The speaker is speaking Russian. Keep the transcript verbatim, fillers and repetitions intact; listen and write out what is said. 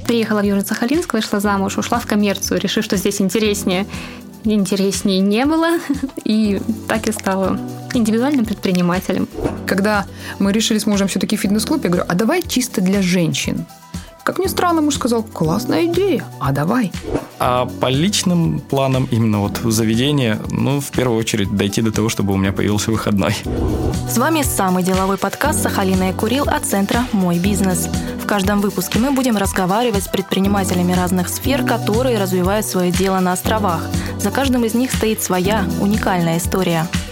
Приехала в Южно-Сахалинск, вышла замуж, ушла в коммерцию, решив, что здесь интереснее. Интереснее не было, и так и стала индивидуальным предпринимателем. Когда мы решили с мужем все-таки фитнес-клуб, я говорю, а давай чисто для женщин. Как ни странно, муж сказал, классная идея, а давай. А по личным планам именно вот заведения, ну, в первую очередь, дойти до того, чтобы у меня появился выходной. С вами самый деловой подкаст «Сахалина и Курил» от центра «Мой бизнес». В каждом выпуске мы будем разговаривать с предпринимателями разных сфер, которые развивают свое дело на островах. За каждым из них стоит своя уникальная история.